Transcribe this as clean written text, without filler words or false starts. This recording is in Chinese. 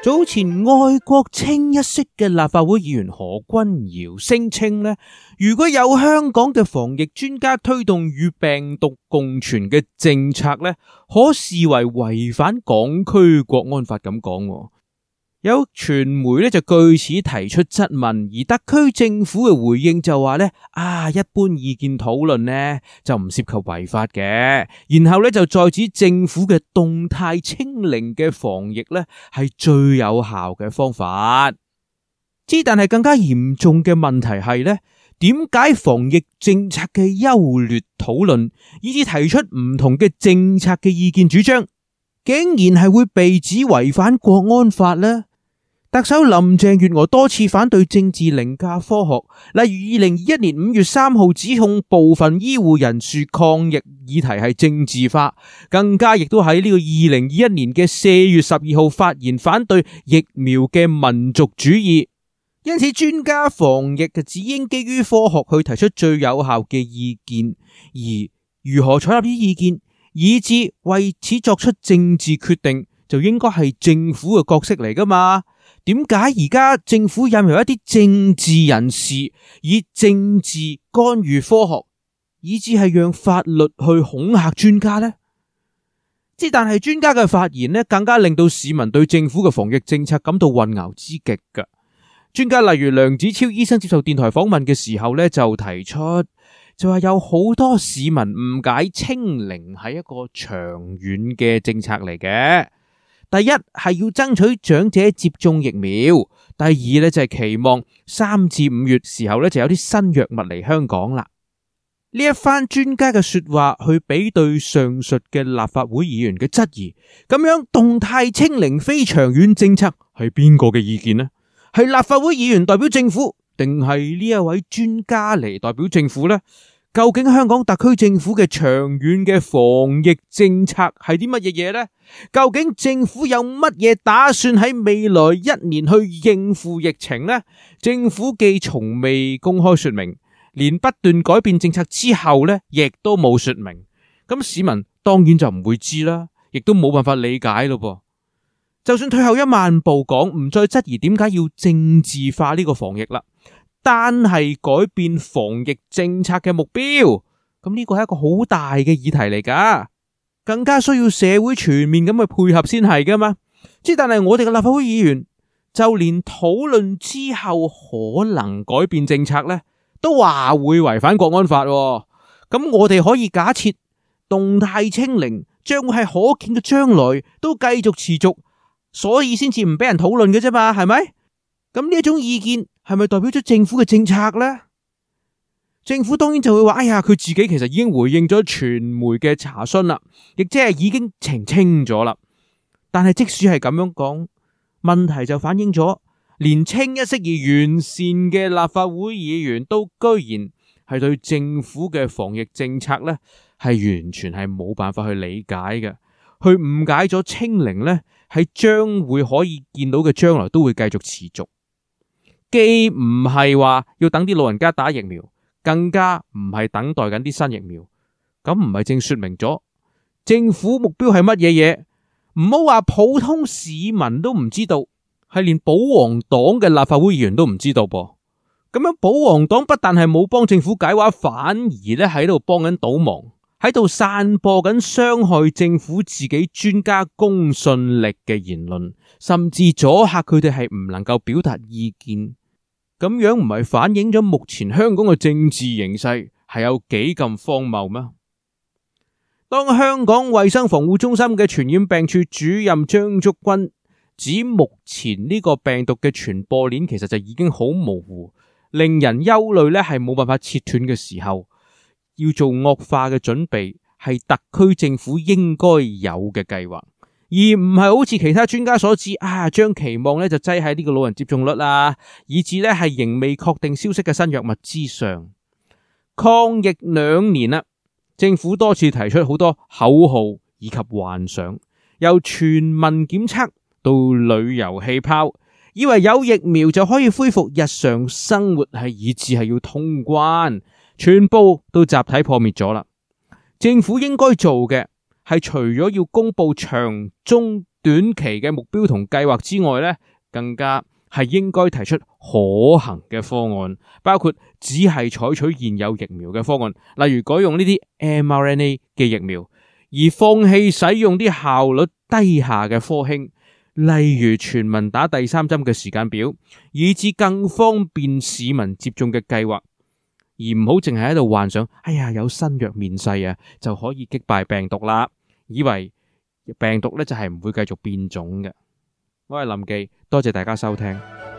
早前愛國清一色嘅立法會議員何君堯聲稱呢，如果有香港嘅防疫專家推動與病毒共存嘅政策呢，可視為違反港區國安法咁講。有傳媒呢就據此提出質問，而特區政府嘅回應就話呢，一般意見討論呢就唔涉及違法嘅，然後呢就再指政府嘅動態清零嘅防疫呢係最有效嘅方法。但係更加嚴重嘅問題係呢，點解防疫政策嘅優劣討論，以至提出唔同嘅政策嘅意見主張，竟然係會被指違反國安法呢？特首林鄭月娥多次反對政治凌駕科學，例如2021年5月3號指控部分醫護人士抗疫議題係政治化，更加亦都喺呢個2021年嘅4月12號發言反對疫苗嘅民族主義。因此專家防疫就只應基於科學去提出最有效嘅意見，而如何採納啲意見，以至為此作出政治決定，就應該係政府嘅角色嚟噶嘛。點解而家政府任由一啲政治人士以政治干預科學，以至係讓法律去恐嚇專家呢？但係專家嘅發言呢，更加令到市民對政府嘅防疫政策感到混淆之極噶。專家例如梁子超醫生接受電台訪問嘅時候呢，就提出就話有好多市民誤解清零係一個長遠嘅政策嚟嘅。第一係要爭取長者接種疫苗，第二呢就係期望3至5月時候呢就有啲新藥物嚟香港啦。呢一番專家嘅說話去比對上述嘅立法會議員嘅質疑，咁樣動態清零非長遠政策係邊個嘅意見呢？係立法會議員代表政府，定係呢一位專家嚟代表政府呢？究竟香港特區政府嘅長遠嘅防疫政策係啲乜嘢嘢呢？究竟政府有乜嘢打算喺未來1年去應付疫情呢？政府既從未公開說明，連不斷改變政策之後呢，亦都冇說明。咁市民當然就唔會知啦，亦都冇辦法理解咯噃。就算退後一萬步講，唔再質疑點解要政治化呢個防疫啦，單係改變防疫政策嘅目標，咁呢個係一個好大嘅議題嚟噶，更加需要社會全面咁去配合先係噶嘛。但係我哋嘅立法會議員就連討論之後可能改變政策呢，都話會違反國安法。咁我哋可以假設動態清零將會係可見嘅將來都繼續持續，所以先至唔俾人討論嘅啫嘛，係咪？咁呢一種意見係咪代表咗政府嘅政策呢？政府當然就會話，佢自己其實已經回應咗傳媒嘅查詢啦，亦即係已經澄清咗啦。但係即使係咁樣講，問題就反映咗，連清一色而完善嘅立法會議員都居然係對政府嘅防疫政策呢係完全係冇辦法去理解嘅，去誤解咗清零呢係將會可以見到嘅將來都會繼續持續。既唔係話要等啲老人家打疫苗，更加唔係等待緊啲新疫苗，咁唔係正說明咗政府目標係乜嘢嘢？唔好話普通市民都唔知道，係連保皇黨嘅立法會議員都唔知道噃。咁樣保皇黨不但係冇幫政府解話，反而咧喺度幫緊倒忙，喺度散播緊傷害政府自己專家公信力嘅言論，甚至阻嚇佢哋係唔能夠表達意見。咁樣唔係反映咗目前香港嘅政治形勢係有幾咁荒謬咩？當香港衛生防護中心嘅傳染病處主任張竹君指目前呢個病毒嘅傳播鏈其實就已經好模糊，令人憂慮咧係冇辦法切斷嘅時候，要做惡化嘅準備係特區政府應該有嘅計劃，而唔係好似其他專家所指將期望咧就擠喺呢個老人接種率啊，以至咧係仍未確定消息嘅新藥物之上。抗疫2年啦，政府多次提出好多口號以及幻想，由全民檢測到旅遊氣泡，以為有疫苗就可以恢復日常生活，以至係要通關，全部都集體破滅咗啦。政府應該做嘅係除咗要公布長中短期嘅目標同計劃之外呢，更加係應該提出可行嘅方案，包括只係採取現有疫苗嘅方案，例如改用呢啲 mRNA 嘅疫苗，而放棄使用啲效率低下嘅科興，例如全民打第3針嘅時間表，以至更方便市民接種嘅計劃，而唔好淨係喺度幻想，哎呀有新藥面世啊，就可以擊敗病毒啦，以為病毒咧就係唔會繼續變種嘅。我係林記，多謝大家收聽。